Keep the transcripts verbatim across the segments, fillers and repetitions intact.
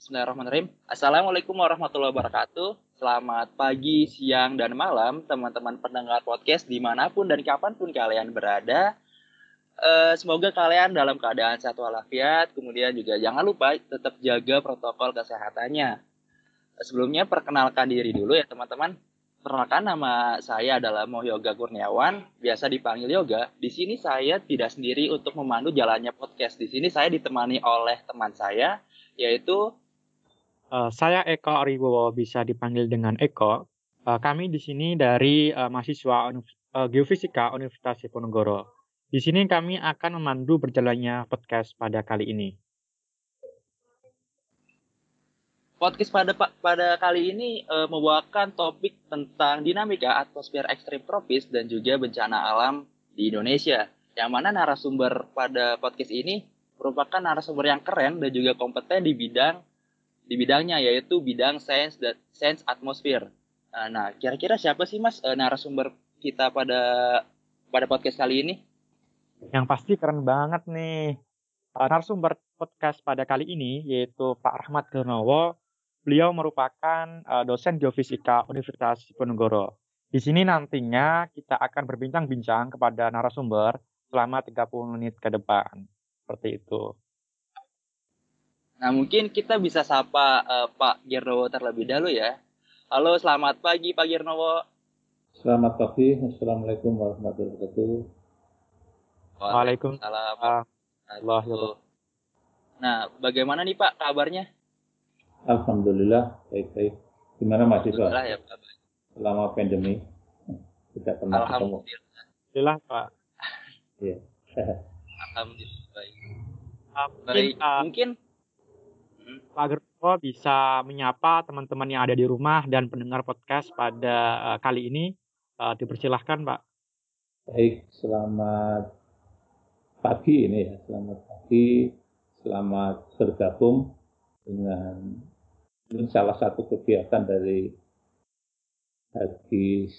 Bismillahirrahmanirrahim. Assalamualaikum warahmatullahi wabarakatuh. Selamat pagi, siang, dan malam teman-teman pendengar podcast dimanapun dan kapanpun kalian berada. Uh, semoga kalian dalam keadaan sehat walafiat. Kemudian juga jangan lupa tetap jaga protokol kesehatannya. Sebelumnya perkenalkan diri dulu ya teman-teman. Perkenalkan, nama saya adalah Mohyoga Kurniawan, biasa dipanggil Yoga. Di sini saya tidak sendiri untuk memandu jalannya podcast. Di sini saya ditemani oleh teman saya, yaitu Uh, saya Eko Aribowo, bisa dipanggil dengan Eko. Uh, kami di sini dari uh, mahasiswa Unif- uh, Geofisika Universitas Diponegoro. Di sini kami akan memandu berjalannya podcast pada kali ini. Podcast pada pada kali ini uh, membawakan topik tentang dinamika atmosfer ekstrim tropis dan juga bencana alam di Indonesia. Yang mana narasumber pada podcast ini merupakan narasumber yang keren dan juga kompeten di bidang di bidangnya, yaitu bidang sains dan sains atmosfer. Nah, kira-kira siapa sih Mas narasumber kita pada pada podcast kali ini? Yang pasti keren banget nih. Narasumber podcast pada kali ini yaitu Pak Rahmat Gernowo. Beliau merupakan dosen geofisika Universitas Diponegoro. Di sini nantinya kita akan berbincang-bincang kepada narasumber selama tiga puluh menit ke depan. Seperti itu. Nah, mungkin kita bisa sapa uh, Pak Gernowo terlebih dahulu ya. Halo, selamat pagi Pak Gernowo. Selamat pagi, Assalamualaikum warahmatullahi wabarakatuh. Waalaikumsalam warahmatullahi. Nah, bagaimana nih Pak kabarnya? Alhamdulillah, baik-baik. Gimana mahasiswa? Alhamdulillah ya Pak. Selama pandemi tidak pernah ketemu. Alhamdulillah Pak. Iya. Alhamdulillah baik. Uh, baik, mungkin, uh, mungkin Pak Gernowo bisa menyapa teman-teman yang ada di rumah dan pendengar podcast pada uh, kali ini. Uh, dipersilahkan, Pak. Baik, selamat pagi ini ya. Selamat pagi, selamat bergabung dengan salah satu kegiatan dari Hagi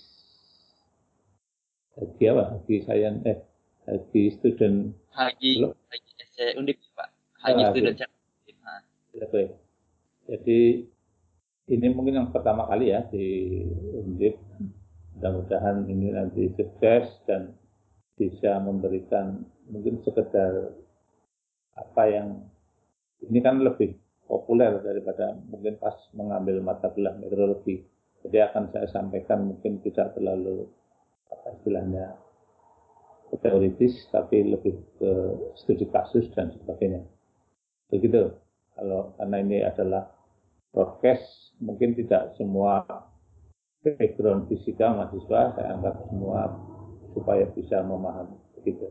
Hagi apa? Hagi Sains eh Hagi Student Hagi Hagi S C Undip Pak. Hagi oh, Student Center. Nah. Jadi ini mungkin yang pertama kali ya di Undip. Mudah-mudahan ini nanti sukses dan bisa memberikan mungkin sekedar apa yang ini kan lebih populer daripada mungkin pas mengambil mata kuliah meteorologi. Jadi akan saya sampaikan mungkin tidak terlalu apa istilahnya teoritis, tapi lebih ke studi kasus dan sebagainya. Begitu. Kalau karena ini adalah broadcast, mungkin tidak semua background fisika mahasiswa saya anggap semua supaya bisa memahami begitu.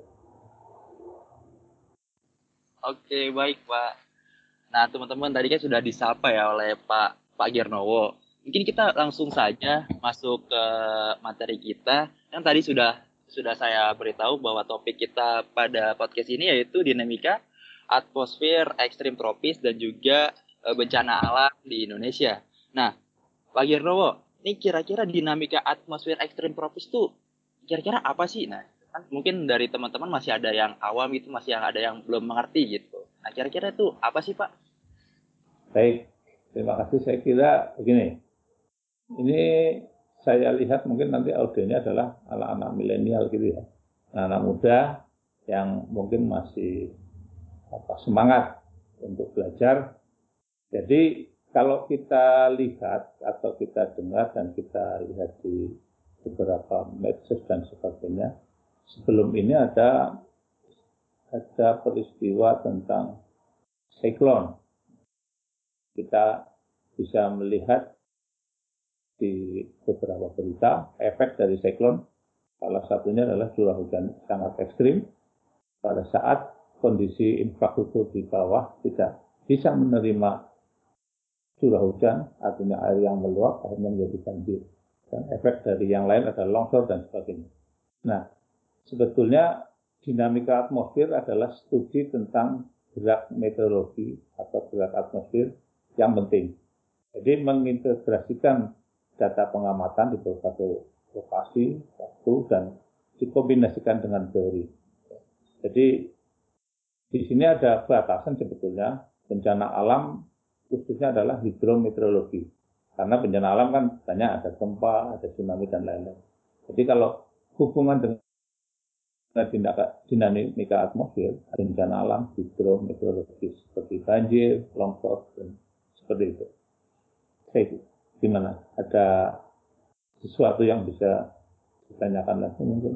Oke, baik Pak. Nah, teman-teman tadi kan sudah disapa ya oleh Pak Pak Gernowo. Mungkin kita langsung saja masuk ke materi kita. Yang tadi sudah sudah saya beritahu bahwa topik kita pada podcast ini yaitu dinamika atmosfer ekstrim tropis dan juga e, bencana alam di Indonesia. Nah, Pak Gernowo, ini kira-kira dinamika atmosfer ekstrim tropis itu kira-kira apa sih? Nah, kan mungkin dari teman-teman masih ada yang awam itu, masih ada yang belum mengerti gitu. Nah, kira-kira itu apa sih, Pak? Baik, terima kasih. Saya kira begini, ini saya lihat mungkin nanti audionya adalah anak-anak milenial gitu ya, anak muda yang mungkin masih apa, semangat untuk belajar. Jadi kalau kita lihat atau kita dengar dan kita lihat di beberapa medsos dan sebagainya, sebelum ini ada ada peristiwa tentang siklon. Kita bisa melihat di beberapa berita efek dari siklon. Salah satunya adalah curah hujan sangat ekstrim pada saat kondisi infrastruktur di bawah tidak bisa menerima curah hujan, artinya air yang meluap akhirnya menjadi banjir. Dan efek dari yang lain adalah longsor dan sebagainya. Nah, sebetulnya dinamika atmosfer adalah studi tentang gerak meteorologi atau gerak atmosfer yang penting. Jadi mengintegrasikan data pengamatan di berbagai lokasi, waktu, dan dikombinasikan dengan teori. Jadi di sini ada batasan sebetulnya bencana alam khususnya adalah hidrometeorologi. Karena bencana alam kan banyak, ada gempa, ada tsunami, dan lain-lain. Jadi kalau hubungan dengan dinamika atmosfer, ada bencana alam, hidrometeorologi, seperti banjir, longsor, dan seperti itu. Saya gimana? Ada sesuatu yang bisa ditanyakan lagi mungkin?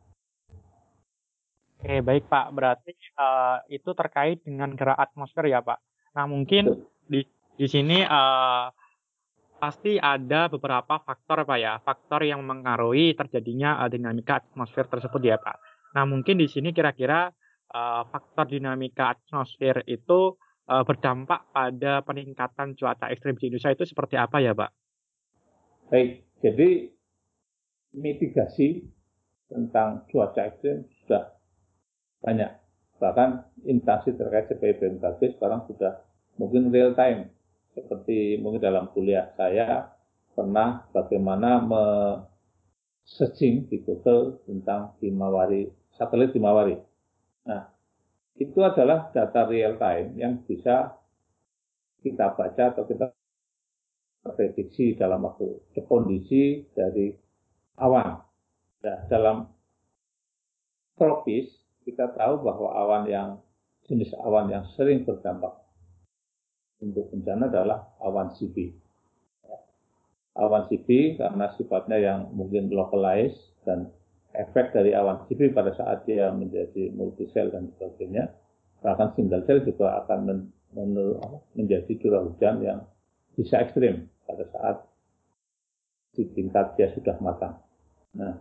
Oke, baik Pak. Berarti uh, itu terkait dengan gerak atmosfer ya Pak. Nah mungkin di di sini uh, pasti ada beberapa faktor Pak ya, faktor yang mengaruhi terjadinya uh, dinamika atmosfer tersebut ya Pak. Nah mungkin di sini kira-kira uh, faktor dinamika atmosfer itu uh, berdampak pada peningkatan cuaca ekstrim di Indonesia itu seperti apa ya Pak? Baik, jadi mitigasi tentang cuaca ekstrim sudah banyak. Bahkan instansi terkait seperti B M K G sekarang sudah mungkin real time. Seperti mungkin dalam kuliah saya pernah bagaimana me-searching di Google tentang Himawari, satelit Himawari. Nah, itu adalah data real time yang bisa kita baca atau kita prediksi dalam waktu kondisi dari awan. Nah, dalam tropis kita tahu bahwa awan yang jenis awan yang sering berdampak untuk bencana adalah awan C B. Awan C B karena sifatnya yang mungkin localized dan efek dari awan C B pada saat dia menjadi multisel dan sebagainya, bahkan single cell juga akan men, men, menjadi curah hujan yang bisa ekstrim pada saat di tingkat dia sudah matang. Nah,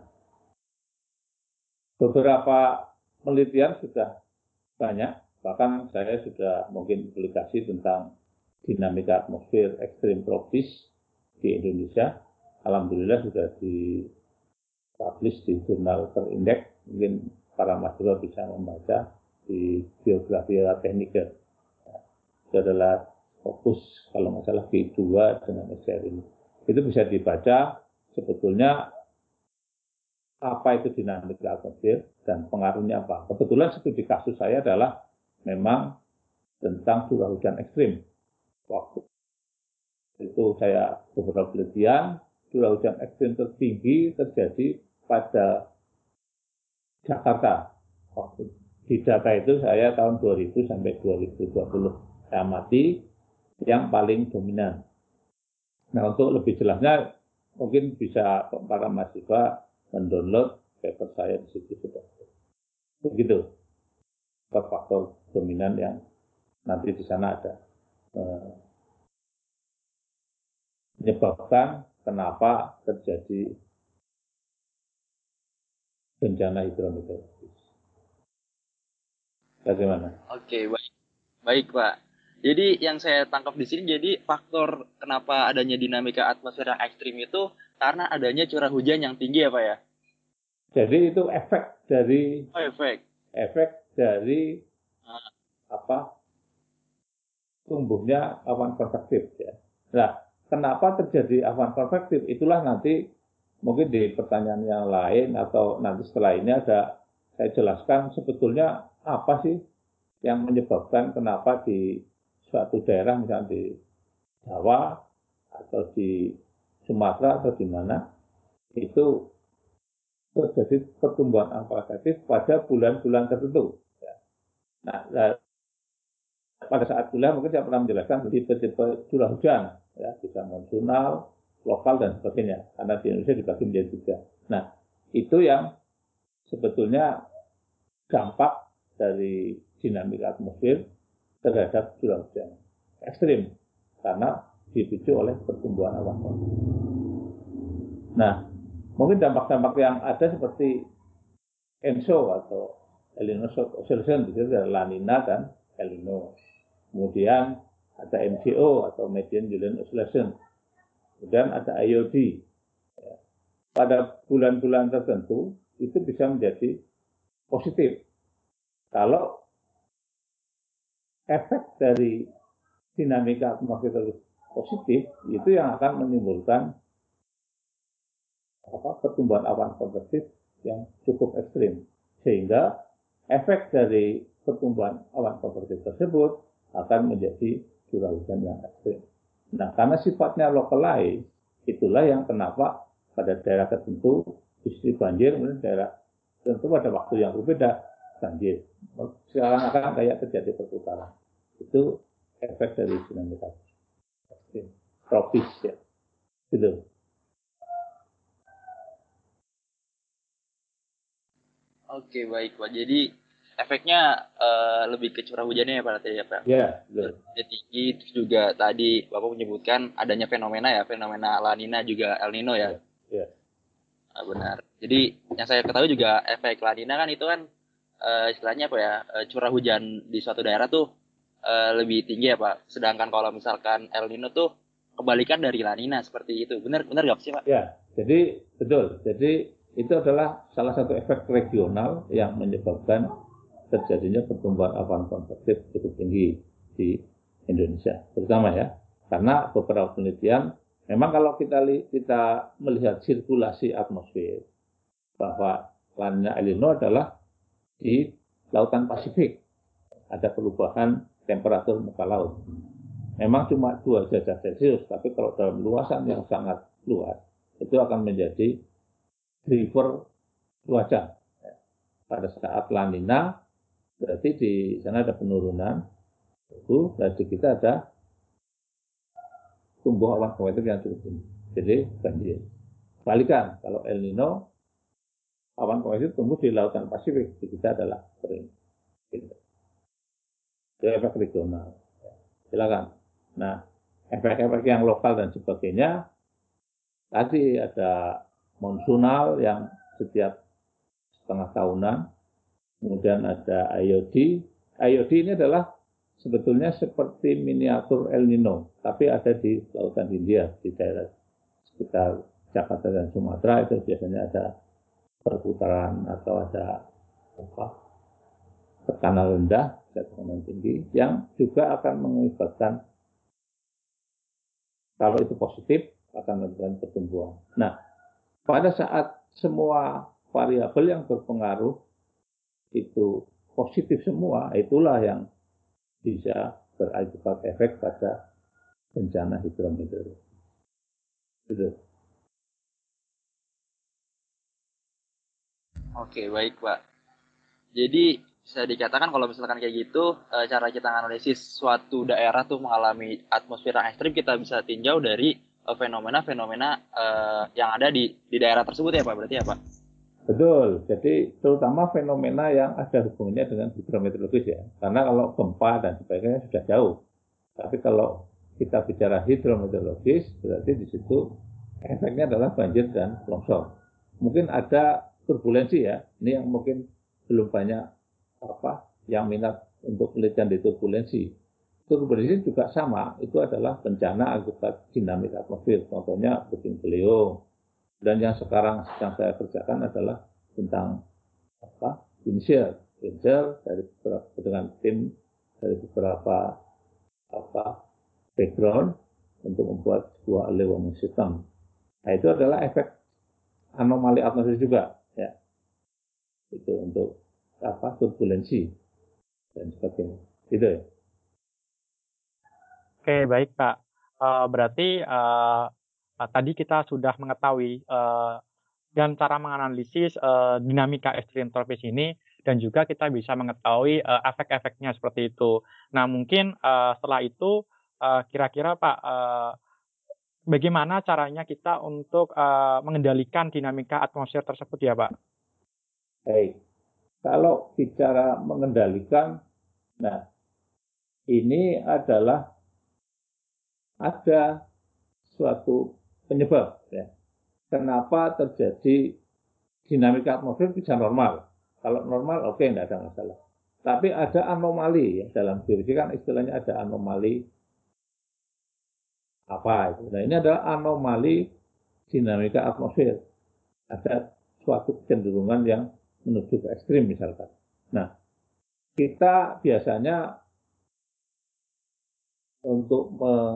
beberapa penelitian sudah banyak, bahkan saya sudah mungkin publikasi tentang dinamika atmosfer ekstrim tropis di Indonesia. Alhamdulillah sudah dipublish di jurnal terindeks, mungkin para mahasiswa bisa membaca di Geografia Technica. Itu adalah fokus kalau nggak salah B dua dengan S R ini. Itu bisa dibaca sebetulnya apa itu dinamika atmosfer dan pengaruhnya apa. Kebetulan studi kasus saya adalah memang tentang curah hujan ekstrim. Waktu itu saya beberapa penelitian, curah hujan ekstrim tertinggi terjadi pada Jakarta. Waktu di data itu saya tahun dua ribu sampai dua ribu dua puluh saya amati yang paling dominan. Nah, untuk lebih jelasnya mungkin bisa para mahasiswa mendownload paper saya di situ sudah. Begitu faktor dominan yang nanti di sana ada eh, menyebabkan kenapa terjadi bencana hidrometeorologis. Bagaimana? Oke, baik. Baik, Pak. Jadi yang saya tangkap di sini jadi faktor kenapa adanya dinamika atmosfer yang ekstrim itu karena adanya curah hujan yang tinggi ya Pak ya? Jadi itu efek dari oh, efek efek dari ah. apa tumbuhnya awan konvektif ya. Nah, kenapa terjadi awan konvektif? Itulah nanti mungkin di pertanyaan yang lain atau nanti setelah ini ada saya jelaskan sebetulnya apa sih yang menyebabkan kenapa di suatu daerah misalnya di Jawa atau di Sumatera atau di mana itu terjadi pertumbuhan awan konvektif pada bulan-bulan tertentu. Nah, pada saat kuliah mungkin saya pernah menjelaskan tipe-tipe curah hujan, ya, bisa monsunal, lokal dan sebagainya. Karena di Indonesia dibagi menjadi tiga. Nah, itu yang sebetulnya dampak dari dinamika atmosfer terhadap curah hujan ekstrim karena dipicu oleh pertumbuhan awan. Nah, mungkin dampak-dampak yang ada seperti ENSO atau El Nino Shock Oscillation, itu ada La Nina dan El Nino. Kemudian ada M C O atau Median Julian Oscillation. Kemudian ada I O D. Pada bulan-bulan tertentu itu bisa menjadi positif. Kalau efek dari dinamika atmosfer positif itu yang akan menimbulkan apa, pertumbuhan awan konvektif yang cukup ekstrim, sehingga efek dari pertumbuhan awan konvektif tersebut akan menjadi curah hujan yang ekstrim. Nah, karena sifatnya localized, itulah yang kenapa pada daerah tertentu justru banjir, kemudian daerah tertentu pada waktu yang berbeda banjir. Sekarang akan kayak terjadi perputaran. Itu efek dari dinamika ekstrim, tropis ya, gitu. Oke, baik Pak. Jadi efeknya uh, lebih ke curah hujannya ya Pak ya Pak? Ya, betul. Jadi tinggi, terus juga tadi Bapak menyebutkan adanya fenomena ya, fenomena La Nina juga El Nino ya. Ya. Ya. Nah, benar. Jadi yang saya ketahui juga efek La Nina kan itu kan uh, istilahnya apa ya, uh, curah hujan di suatu daerah tuh uh, lebih tinggi ya Pak. Sedangkan kalau misalkan El Nino tuh kebalikan dari La Nina seperti itu. Benar benar nggak sih Pak? Ya, jadi betul. Jadi itu adalah salah satu efek regional yang menyebabkan terjadinya pertumbuhan awan konvektif cukup tinggi di Indonesia, terutama ya, karena beberapa penelitian memang kalau kita kita melihat sirkulasi atmosfer bahwa La Nina El Nino adalah di lautan Pasifik ada perubahan temperatur muka laut. Memang cuma dua derajat Celcius, tapi kalau dalam luasan yang sangat luas itu akan menjadi driver cuaca. Pada saat La Nina, berarti di sana ada penurunan, itu berarti kita ada tumbuh awan konvektif yang cukup tinggi. Jadi banjir. Balikan, kalau El Nino, awan konvektif tumbuh di lautan Pasifik, di kita adalah kering. Gitu. Itu efek regional. Silakan. Nah, efek-efek yang lokal dan sebagainya, tadi ada monsunal yang setiap setengah tahunan, kemudian ada I O D. I O D ini adalah sebetulnya seperti miniatur El Nino, tapi ada di Lautan Hindia, di daerah sekitar Jakarta dan Sumatera, itu biasanya ada perputaran atau ada apa, tekanan rendah, tekanan tinggi, yang juga akan mengakibatkan, kalau itu positif, akan menyebabkan pertumbuhan. Nah, pada saat semua variabel yang berpengaruh itu positif semua, itulah yang bisa berakibat efek pada bencana hidrometeorologi. Gitu. Oke, baik Pak. Jadi bisa dikatakan kalau misalkan kayak gitu, cara kita analisis suatu daerah tuh mengalami atmosfer yang ekstrim, kita bisa tinjau dari fenomena-fenomena uh, yang ada di di daerah tersebut ya Pak, berarti ya Pak? Betul, jadi terutama fenomena yang ada hubungannya dengan hidrometeorologis ya, karena kalau gempa dan sebagainya sudah jauh. Tapi kalau kita bicara hidrometeorologis, berarti di situ efeknya adalah banjir dan longsor. Mungkin ada turbulensi ya, ini yang mungkin belum banyak apa yang minat untuk penelitian di turbulensi. Turbulensi juga sama, itu adalah bencana akibat dinamika atmosfer, contohnya puting beliung. Dan yang sekarang sedang saya kerjakan adalah tentang apa? Windshield, windshield dari beberapa, dengan tim dari beberapa apa background untuk membuat sebuah early warning system. Nah, itu adalah efek anomali atmosfer juga, ya. Itu untuk apa? Turbulensi dan sebagainya. Gitu ya. Oke, baik Pak. Uh, berarti uh, uh, tadi kita sudah mengetahui uh, dan cara menganalisis uh, dinamika ekstrim tropis ini, dan juga kita bisa mengetahui uh, efek-efeknya seperti itu. Nah, mungkin uh, setelah itu uh, kira-kira Pak, uh, bagaimana caranya kita untuk uh, mengendalikan dinamika atmosfer tersebut ya Pak? Baik, kalau bicara mengendalikan, nah ini adalah ada suatu penyebab ya. Kenapa terjadi dinamika atmosfer bisa normal? Kalau normal oke, okay, tidak ada masalah. Tapi ada anomali ya, dalam geologi kan istilahnya ada anomali apa itu. Nah, ini adalah anomali dinamika atmosfer. Ada suatu kecenderungan yang menuju ke ekstrim misalkan. Nah, kita biasanya untuk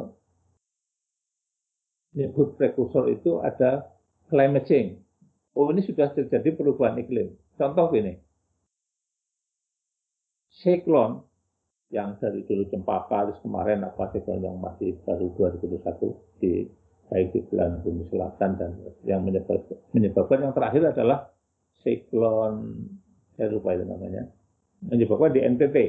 menyebut prekursor itu ada climate change. Oh, ini sudah terjadi perubahan iklim. Contoh gini, siklon yang dari dulu cempaka, terus kemarin apa siklon yang masih baru dua ribu dua puluh satu di baik di belahan bumi selatan, dan yang menyebabkan, menyebabkan yang terakhir adalah siklon, saya lupa itu namanya, menyebabkan di N T T.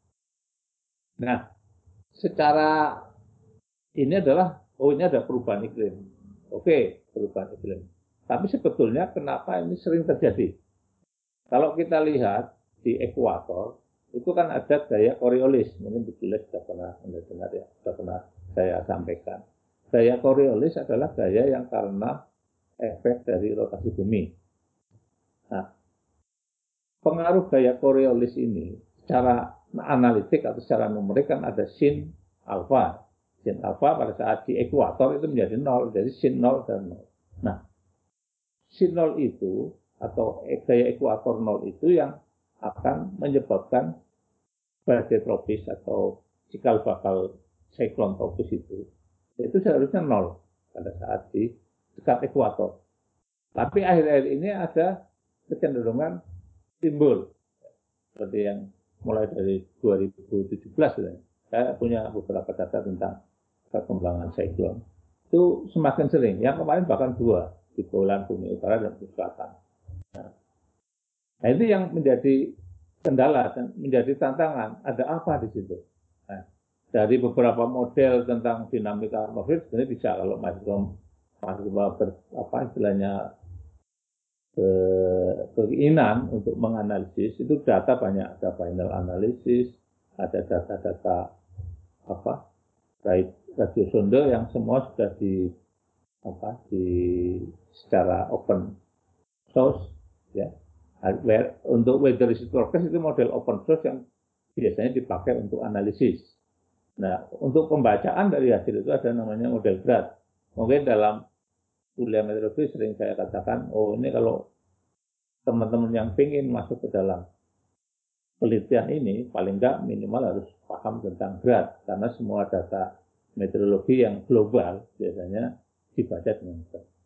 Nah, secara ini adalah, oh ini ada perubahan iklim. Oke, perubahan iklim. Tapi sebetulnya kenapa ini sering terjadi? Kalau kita lihat di ekuator, itu kan ada gaya Coriolis. Mungkin di Giles sudah pernah mendengar ya, sudah pernah saya sampaikan. Gaya Coriolis adalah gaya yang karena efek dari rotasi bumi. Nah, pengaruh gaya Coriolis ini secara analitik atau secara numerik kan ada sin alfa. Sin alfa pada saat di ekuator itu menjadi nol, jadi sin nol dan nol. Nah, sin nol itu atau gaya ekuator nol itu yang akan menyebabkan badai tropis atau cikal bakal siklon tropis itu, itu seharusnya nol pada saat di dekat ekuator. Tapi akhir-akhir ini ada kecenderungan timbul, seperti yang mulai dari dua ribu tujuh belas, saya punya beberapa data tentang perkembangan siklon. Itu semakin sering, yang kemarin bahkan dua, di belahan bumi utara dan bumi selatan. Nah, nah itu yang menjadi kendala dan menjadi tantangan. Ada apa di situ? Nah, dari beberapa model tentang dinamika atmosfer sebenarnya bisa kalau mahasiswa mahasiswa ber, apa istilahnya ke, keinginan untuk menganalisis, itu data banyak, ada final analisis, ada data-data apa baik radio sonde yang semua sudah di apa di secara open source ya. Untuk weather resist forecast itu model open source yang biasanya dipakai untuk analisis. Nah, untuk pembacaan dari hasil itu ada namanya model G R A D. Mungkin dalam kuliah meteorologi sering saya katakan, oh ini kalau teman-teman yang ingin masuk ke dalam penelitian ini, paling enggak minimal harus paham tentang G R A D, karena semua data meteorologi yang global biasanya dibaca dengan G R A D.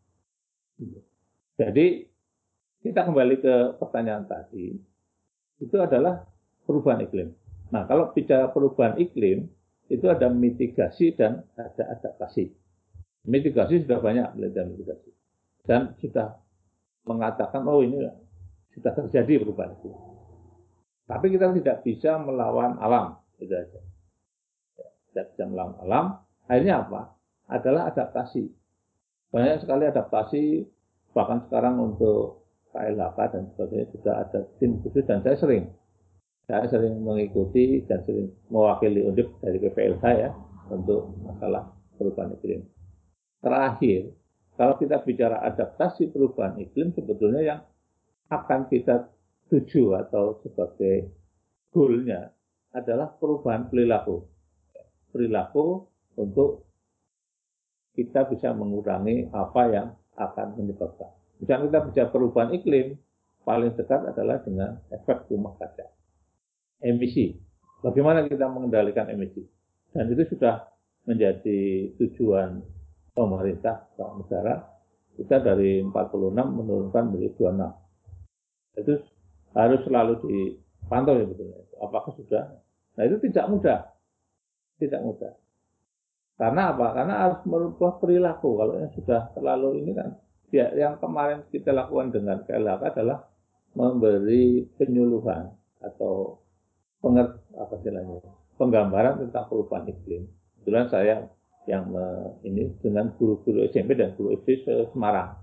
Jadi, kita kembali ke pertanyaan tadi, itu adalah perubahan iklim. Nah, kalau bicara perubahan iklim, itu ada mitigasi dan ada adaptasi. Mitigasi sudah banyak penelitian mitigasi. Dan sudah mengatakan, oh ini sudah terjadi perubahan iklim. Tapi kita tidak bisa melawan alam. Itu aja. Tidak bisa melawan alam. Akhirnya apa? Adalah adaptasi. Banyak sekali adaptasi, bahkan sekarang untuk K L H K dan sebagainya juga ada tim khusus, dan saya sering saya sering mengikuti dan sering mewakili undip dari P P L K ya untuk masalah perubahan iklim. Terakhir, kalau kita bicara adaptasi perubahan iklim, sebetulnya yang akan kita tuju atau sebagai goalnya adalah perubahan perilaku. Perilaku untuk kita bisa mengurangi apa yang akan menyebabkan. Misalnya kita bicara perubahan iklim, paling dekat adalah dengan efek rumah kaca. Emisi. Bagaimana kita mengendalikan emisi? Dan itu sudah menjadi tujuan pemerintah negara. Kita dari empat puluh enam menurunkan menjadi dua puluh enam. Itu harus selalu dipantau ya betulnya. Apakah sudah? Nah itu tidak mudah. Tidak mudah. Karena apa? Karena harus merubah perilaku. Kalau yang sudah terlalu ini kan, ya, yang kemarin kita lakukan dengan K L H K adalah memberi penyuluhan atau pengert, apa istilahnya, penggambaran tentang perubahan iklim. Kebetulan saya yang me, ini dengan guru-guru S M P dan guru S D Semarang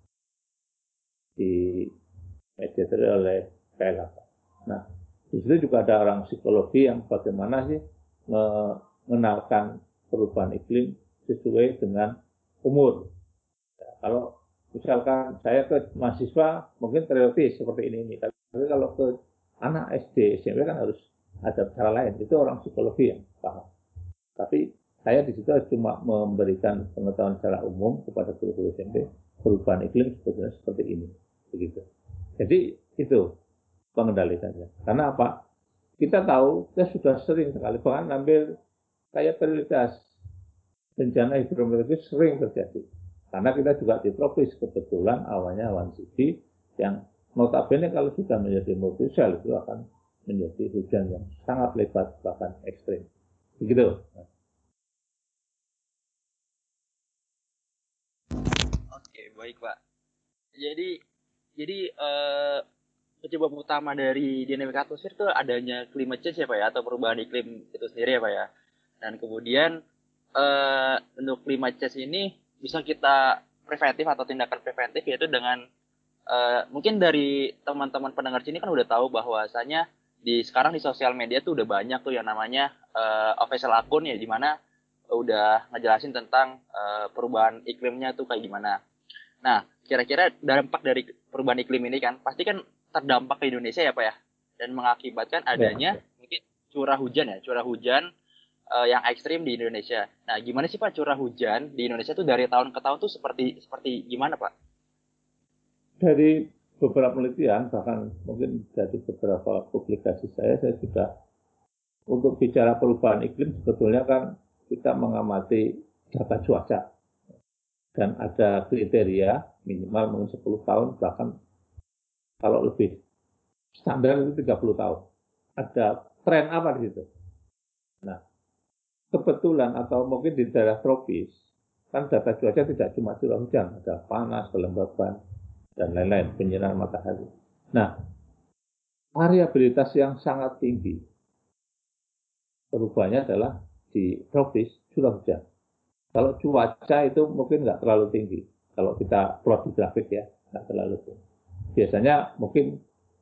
di mediasi oleh K L H K. Nah, di situ juga ada orang psikologi yang bagaimana sih mengenalkan perubahan iklim sesuai dengan umur. Ya, kalau misalkan saya ke mahasiswa mungkin teoritis seperti ini, ini. Tapi kalau ke anak S D, S M P kan harus ada cara lain. Itu orang psikologi yang paham. Tapi saya di situ cuma memberikan pengetahuan secara umum kepada guru-guru S M P, perubahan iklim sebetulnya seperti ini. Begitu. Jadi itu pengendaliannya. Karena apa? Kita tahu, kita sudah sering sekali, bahkan ambil kayak prioritas bencana hidrometeorologi sering terjadi. Karena kita juga di tropis, kebetulan awalnya awan C D yang notabene kalau sudah menjadi multisel itu akan menjadi hujan yang sangat lebat bahkan ekstrim. Begitu. Oke, baik Pak. Jadi jadi eh, penyebab utama dari dinamika atmosfer itu adanya climate change ya Pak ya, atau perubahan iklim itu sendiri ya Pak ya. Dan kemudian eh, untuk climate change ini bisa kita preventif atau tindakan preventif yaitu dengan eh, mungkin dari teman-teman pendengar sini kan udah tahu bahwasanya di sekarang di sosial media tuh udah banyak tuh yang namanya eh, official akun ya, di mana udah ngejelasin tentang eh, perubahan iklimnya tuh kayak gimana. Nah, kira-kira dampak dari perubahan iklim ini kan pasti kan terdampak ke Indonesia ya Pak ya, dan mengakibatkan adanya Ya. mungkin curah hujan ya, curah hujan eh, yang ekstrim di Indonesia. Nah, gimana sih Pak curah hujan di Indonesia tuh dari tahun ke tahun tuh seperti seperti gimana Pak? Dari beberapa penelitian, bahkan mungkin dari beberapa publikasi saya, saya juga untuk bicara perubahan iklim sebetulnya kan kita mengamati data cuaca. Dan ada kriteria minimal mungkin sepuluh tahun, bahkan kalau lebih standar itu tiga puluh tahun. Ada tren apa di situ? Nah, kebetulan atau mungkin di daerah tropis, kan data cuaca tidak cuma curah hujan, ada panas, kelembaban, dan lain-lain, penyinaran matahari. Nah, variabilitas yang sangat tinggi perubahannya adalah di tropis curah hujan. Kalau cuaca itu mungkin nggak terlalu tinggi. Kalau kita plot di grafik ya, nggak terlalu tinggi. Biasanya mungkin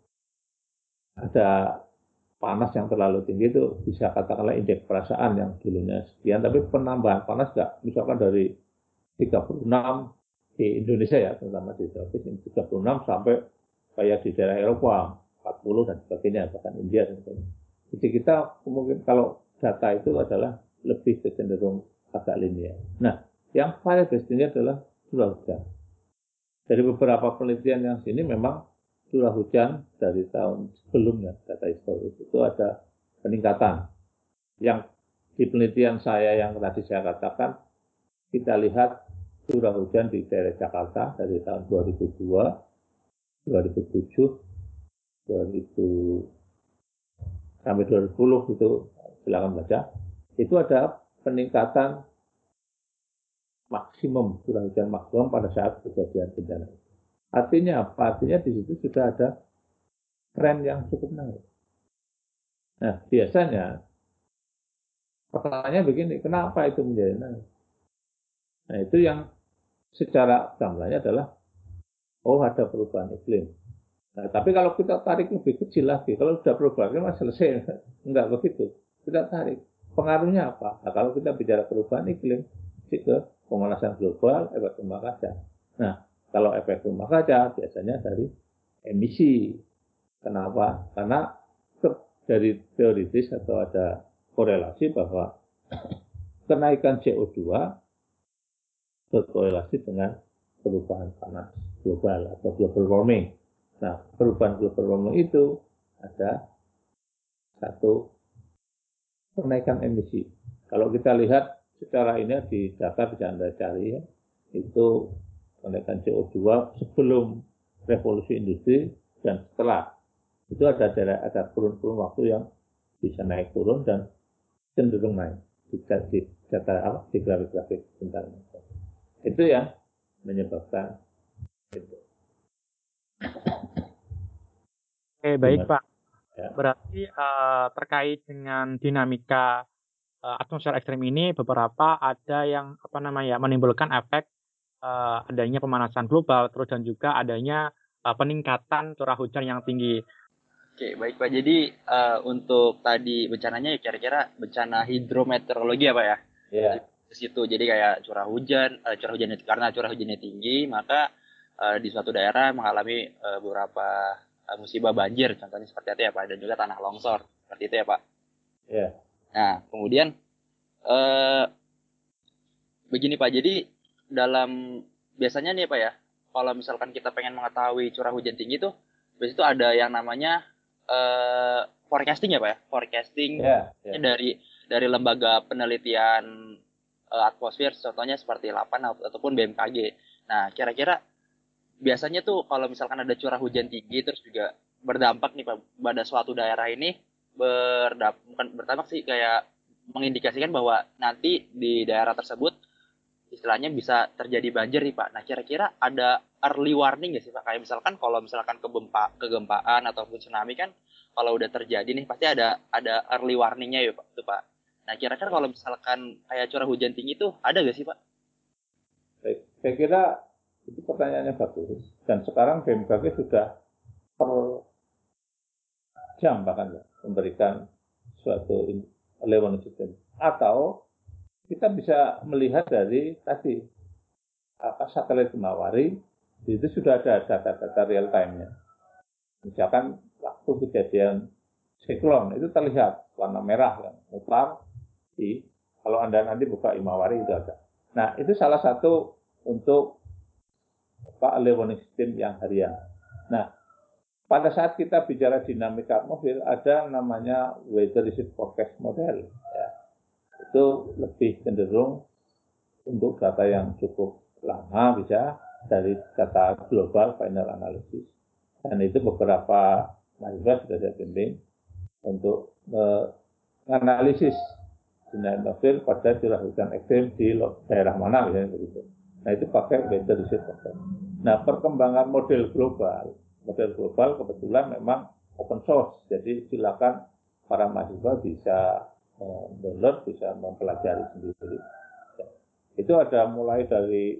ada panas yang terlalu tinggi itu bisa katakanlah indeks perasaan yang dulunya sekian, tapi penambahan panas nggak, misalkan dari tiga puluh enam di Indonesia ya, terutama di tropis tiga puluh enam sampai kayak di daerah Eropa empat puluh dan sebagainya, bahkan India dan sebagainya. Jadi kita mungkin kalau data itu adalah lebih cenderung agak linear. Nah, yang paling tinggi adalah curah hujan. Dari beberapa penelitian yang sini memang curah hujan dari tahun sebelumnya, data historis itu ada peningkatan. Yang di penelitian saya yang tadi saya katakan, kita lihat curah hujan di daerah Jakarta dari tahun dua ribu dua, dua ribu tujuh, dua ribu sampai dua ribu sepuluh itu silakan baca. Itu ada peningkatan maksimum curah hujan maksimum pada saat kejadian bencana. Artinya apa? Artinya di situ sudah ada tren yang cukup naik. Nah, biasanya pertanyaannya begini, kenapa itu menjadi naik? Nah, itu yang secara gambarnya adalah, oh ada perubahan iklim. Nah, tapi kalau kita tarik lebih kecil lagi, kalau sudah perubahan iklim selesai, enggak begitu. Kita tarik, pengaruhnya apa? Nah, kalau kita bicara perubahan iklim, ke pemanasan global, efek rumah kaca. Nah, kalau efek rumah kaca biasanya dari emisi. Kenapa? Karena dari teoritis atau ada korelasi bahwa kenaikan C O dua berkorelasi dengan perubahan panas global atau global warming. Nah, perubahan global warming itu ada satu kenaikan emisi. Kalau kita lihat secara ini di data bisa Anda cari ya, itu kenaikan C O dua sebelum revolusi industri dan setelah. Itu ada ada kurun-kurun waktu yang bisa naik turun dan cenderung naik di, di data apa di grafik-grafik bentar. Itu yang menyebabkan itu. Oke, baik Pak. Ya. Berarti uh, terkait dengan dinamika uh, atmosfer ekstrim ini beberapa ada yang apa namanya menimbulkan efek uh, adanya pemanasan global, terus dan juga adanya uh, peningkatan curah hujan yang tinggi. Oke, baik Pak. Jadi uh, untuk tadi bencananya ya kira-kira bencana hidrometeorologi ya Pak ya? Iya. Di situ jadi kayak curah hujan, uh, curah hujan karena curah hujannya tinggi, maka uh, di suatu daerah mengalami uh, beberapa uh, musibah banjir, contohnya seperti itu ya Pak, dan juga tanah longsor, seperti itu ya Pak. Iya. Nah, kemudian uh, begini Pak, jadi dalam biasanya nih Pak ya, kalau misalkan kita pengen mengetahui curah hujan tinggi tuh, biasanya itu ada yang namanya uh, forecasting ya Pak ya, forecasting yeah, yeah. dari dari lembaga penelitian uh, atmosfer, contohnya seperti LAPAN ataupun B M K G. Nah, kira-kira biasanya tuh kalau misalkan ada curah hujan tinggi, terus juga berdampak nih Pak pada suatu daerah ini berdampak bukan berdampak sih kayak mengindikasikan bahwa nanti di daerah tersebut istilahnya bisa terjadi banjir nih Pak. Nah kira-kira ada early warning nggak sih Pak? Kayak misalkan kalau misalkan kegempaan, kegempaan ataupun tsunami kan kalau udah terjadi nih pasti ada ada early warningnya ya Pak. Tuh Pak. Nah kira-kira kalau misalkan kayak curah hujan tinggi itu ada nggak sih Pak? Baik, saya kira itu pertanyaannya bagus. Dan sekarang B M K G sudah per jam bahkan ya, memberikan suatu early warning system. Atau kita bisa melihat dari tadi apa satelit Himawari itu sudah ada data-data real time-nya. Misalkan waktu kejadian siklon itu terlihat warna merah yang mutar di kalau Anda nanti buka Himawari itu ada. Nah, itu salah satu untuk apa early warning system yang harian. Nah, pada saat kita bicara dinamika atmosfer ada namanya weather risk forecast model ya. Itu lebih cenderung untuk data yang cukup lama bisa dari data global final analysis. Dan itu beberapa mahasiswa sudah saya bimbing untuk menganalisis dinamika atmosfer pada curah hujan ekstrim di daerah mana misalnya begitu. Nah itu pakai weather risk forecast. Nah perkembangan model global, model global kebetulan memang open source, jadi silakan para mahasiswa bisa download, bisa mempelajari sendiri. Itu ada mulai dari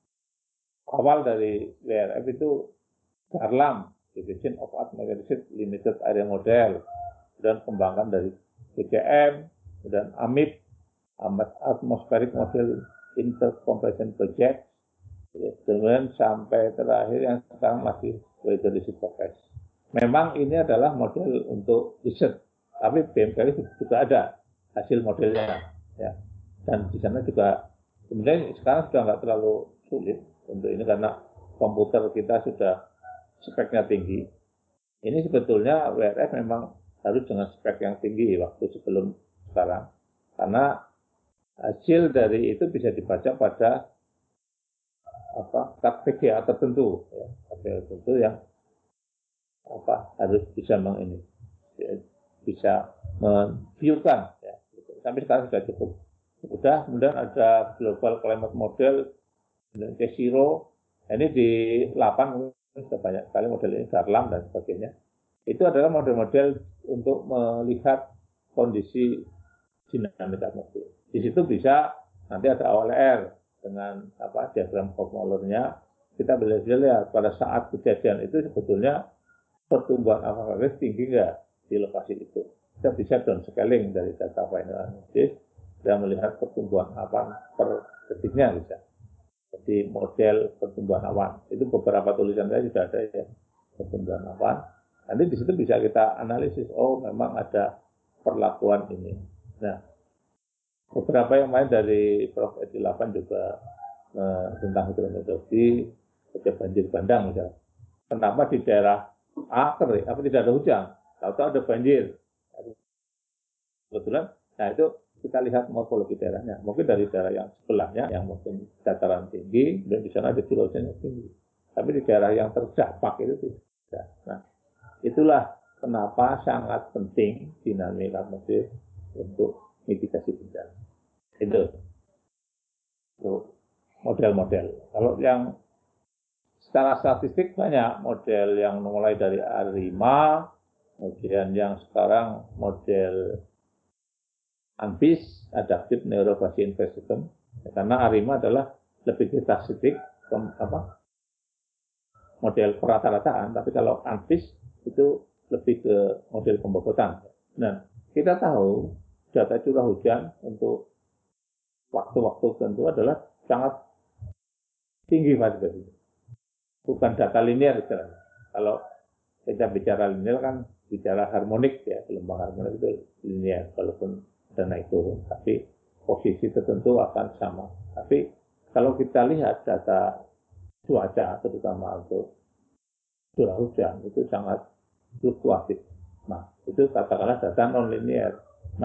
awal dari W R F itu Darlam, Division of Atmospheric Limited Area Model, dan kembangkan dari B C M, dan A M I P, Atmospheric Model Intercompression Project, kemudian sampai terakhir yang sekarang masih weather risk forecast. Memang ini adalah model untuk riset, tapi B M K G juga ada hasil modelnya, ya. Dan di sana juga kemudian sekarang sudah nggak terlalu sulit untuk ini karena komputer kita sudah speknya tinggi. Ini sebetulnya W R F memang harus dengan spek yang tinggi waktu sebelum sekarang, karena hasil dari itu bisa dibaca pada apa K P G A tertentu, ya, K P G A tertentu yang apa harus bisa mengini, ya, bisa membiukan. Ya. Sampai sekarang sudah cukup. Sudah, kemudian ada Global Climate Model, K Zero, ini di delapan sudah banyak sekali model ini, Darlam dan sebagainya. Itu adalah model-model untuk melihat kondisi dinamika atmosfer. Di situ bisa nanti ada O L R dengan apa diagram Kopf-Mollernya, kita bisa lihat pada saat kejadian itu sebetulnya pertumbuhan awan panas tinggi nggak di lokasi itu. Kita bisa downscaling dari data final analysis dan melihat pertumbuhan awan per detiknya bisa. Jadi model pertumbuhan awan itu beberapa tulisan saya sudah ada ya, pertumbuhan awan. Nanti di situ bisa kita analisis, oh memang ada perlakuan ini. Nah, beberapa yang lain dari Prof Edi delapan juga eh, tentang hidrometeorologi, ada banjir bandang misalnya. Kenapa di daerah A kering, apa tidak ada hujan, tahu-tahu ada banjir. Kebetulan, nah itu kita lihat morfologi daerahnya. Mungkin dari daerah yang sebelahnya, yang mungkin dataran tinggi, dan di sana ada curah hujan yang tinggi. Tapi di daerah yang terdampak itu tidak. Nah, itulah kenapa sangat penting dinamika atmosfer untuk mitigasi bencana. Itu, itu model-model. Kalau yang secara statistik banyak model yang mulai dari ARIMA, kemudian yang sekarang model ANFIS, Adaptive Neurobasic Inverse System, ya, karena ARIMA adalah lebih ke statistik, apa, model perata-rataan, tapi kalau ANFIS itu lebih ke model pembobotan. Nah, kita tahu data curah hujan untuk waktu-waktu tertentu adalah sangat tinggi pada itu. Bukan data linear istilahnya. Kalau kita bicara linear kan bicara harmonik ya, gelombang harmonik itu linear, walaupun ada naik turun, tapi posisi tertentu akan sama. Tapi kalau kita lihat data cuaca, terutama untuk curah hujan, itu sangat fluktuatif. Nah, itu katakanlah data non-linear.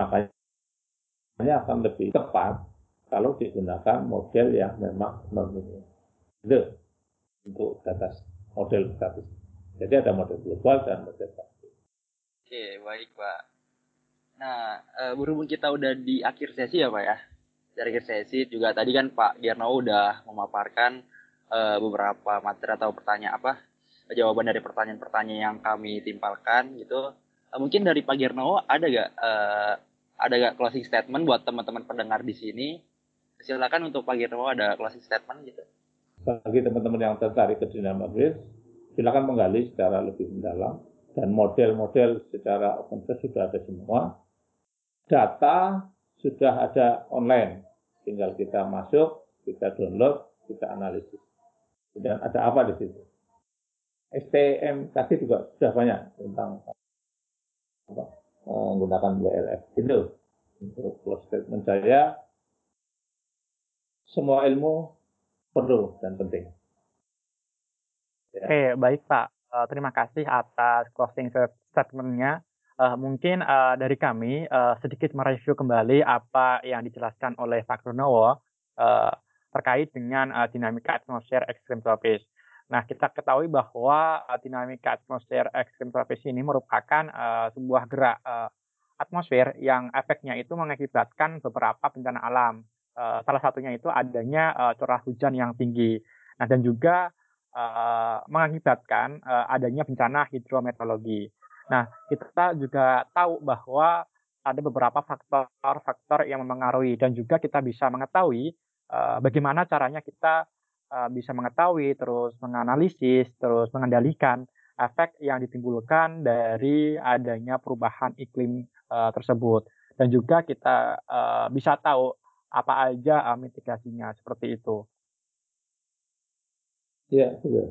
Makanya akan lebih tepat kalau digunakan model yang memang non-linear. Itu untuk data model statistik. Jadi ada model global dan model praktis. Oke, baik Pak. Nah, eh, berhubung kita udah di akhir sesi ya Pak ya. Dari akhir sesi juga tadi kan Pak Girnowo udah memaparkan eh, beberapa materi atau pertanyaan apa jawaban dari pertanyaan-pertanyaan yang kami timpalkan gitu. Eh, mungkin dari Pak Girnowo ada gak eh, ada gak closing statement buat teman-teman pendengar di sini? Silakan untuk Pak Girnowo ada closing statement gitu. Bagi teman-teman yang tertarik ke Dynamics, silakan menggali secara lebih mendalam, dan model-model secara open source sudah ada semua. Data sudah ada online, tinggal kita masuk, kita download, kita analisis. Dan ada apa di situ? S T M tadi juga sudah banyak tentang apa, menggunakan W L F. Itu untuk close statement saya, semua ilmu perlu dan penting. Ya. Oke, baik Pak. Uh, terima kasih atas closing statement-nya. Uh, mungkin uh, dari kami uh, sedikit mereview kembali apa yang dijelaskan oleh Pak Girnowo uh, terkait dengan uh, dinamika atmosfer ekstrim tropis. Nah, kita ketahui bahwa uh, dinamika atmosfer ekstrim tropis ini merupakan uh, sebuah gerak uh, atmosfer yang efeknya itu mengakibatkan beberapa bencana alam. Uh, salah satunya itu adanya uh, curah hujan yang tinggi. Nah, dan juga uh, mengakibatkan uh, adanya bencana hidrometeorologi. Nah, kita juga tahu bahwa ada beberapa faktor-faktor yang mempengaruhi dan juga kita bisa mengetahui uh, bagaimana caranya kita uh, bisa mengetahui, terus menganalisis, terus mengendalikan efek yang ditimbulkan dari adanya perubahan iklim uh, tersebut. Dan juga kita uh, bisa tahu apa aja uh, mitigasinya seperti itu. Ya, sudah.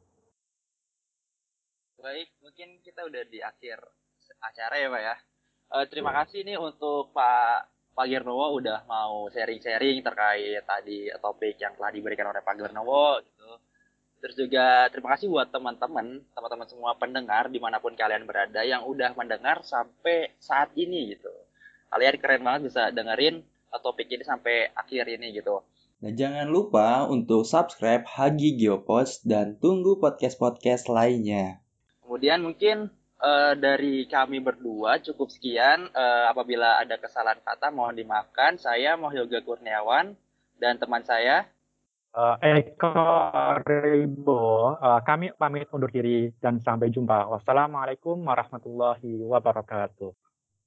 Baik, mungkin kita udah di akhir acara ya Pak ya. Uh, terima kasih nih untuk Pak Pak Girnowo udah mau sharing-sharing terkait tadi topik yang telah diberikan oleh Pak Girnowo gitu. Terus juga terima kasih buat teman-teman, teman-teman semua pendengar dimanapun kalian berada yang udah mendengar sampai saat ini gitu. Kalian keren banget bisa dengerin topik ini sampai akhir ini gitu. Nah, jangan lupa untuk subscribe Hagi Geopods dan tunggu podcast-podcast lainnya. Kemudian mungkin uh, dari kami berdua cukup sekian. Uh, apabila ada kesalahan kata mohon dimaafkan. Saya Mohyoga Kurniawan dan teman saya uh, Eko Ribo. Uh, kami pamit undur diri dan sampai jumpa. Wassalamualaikum warahmatullahi wabarakatuh.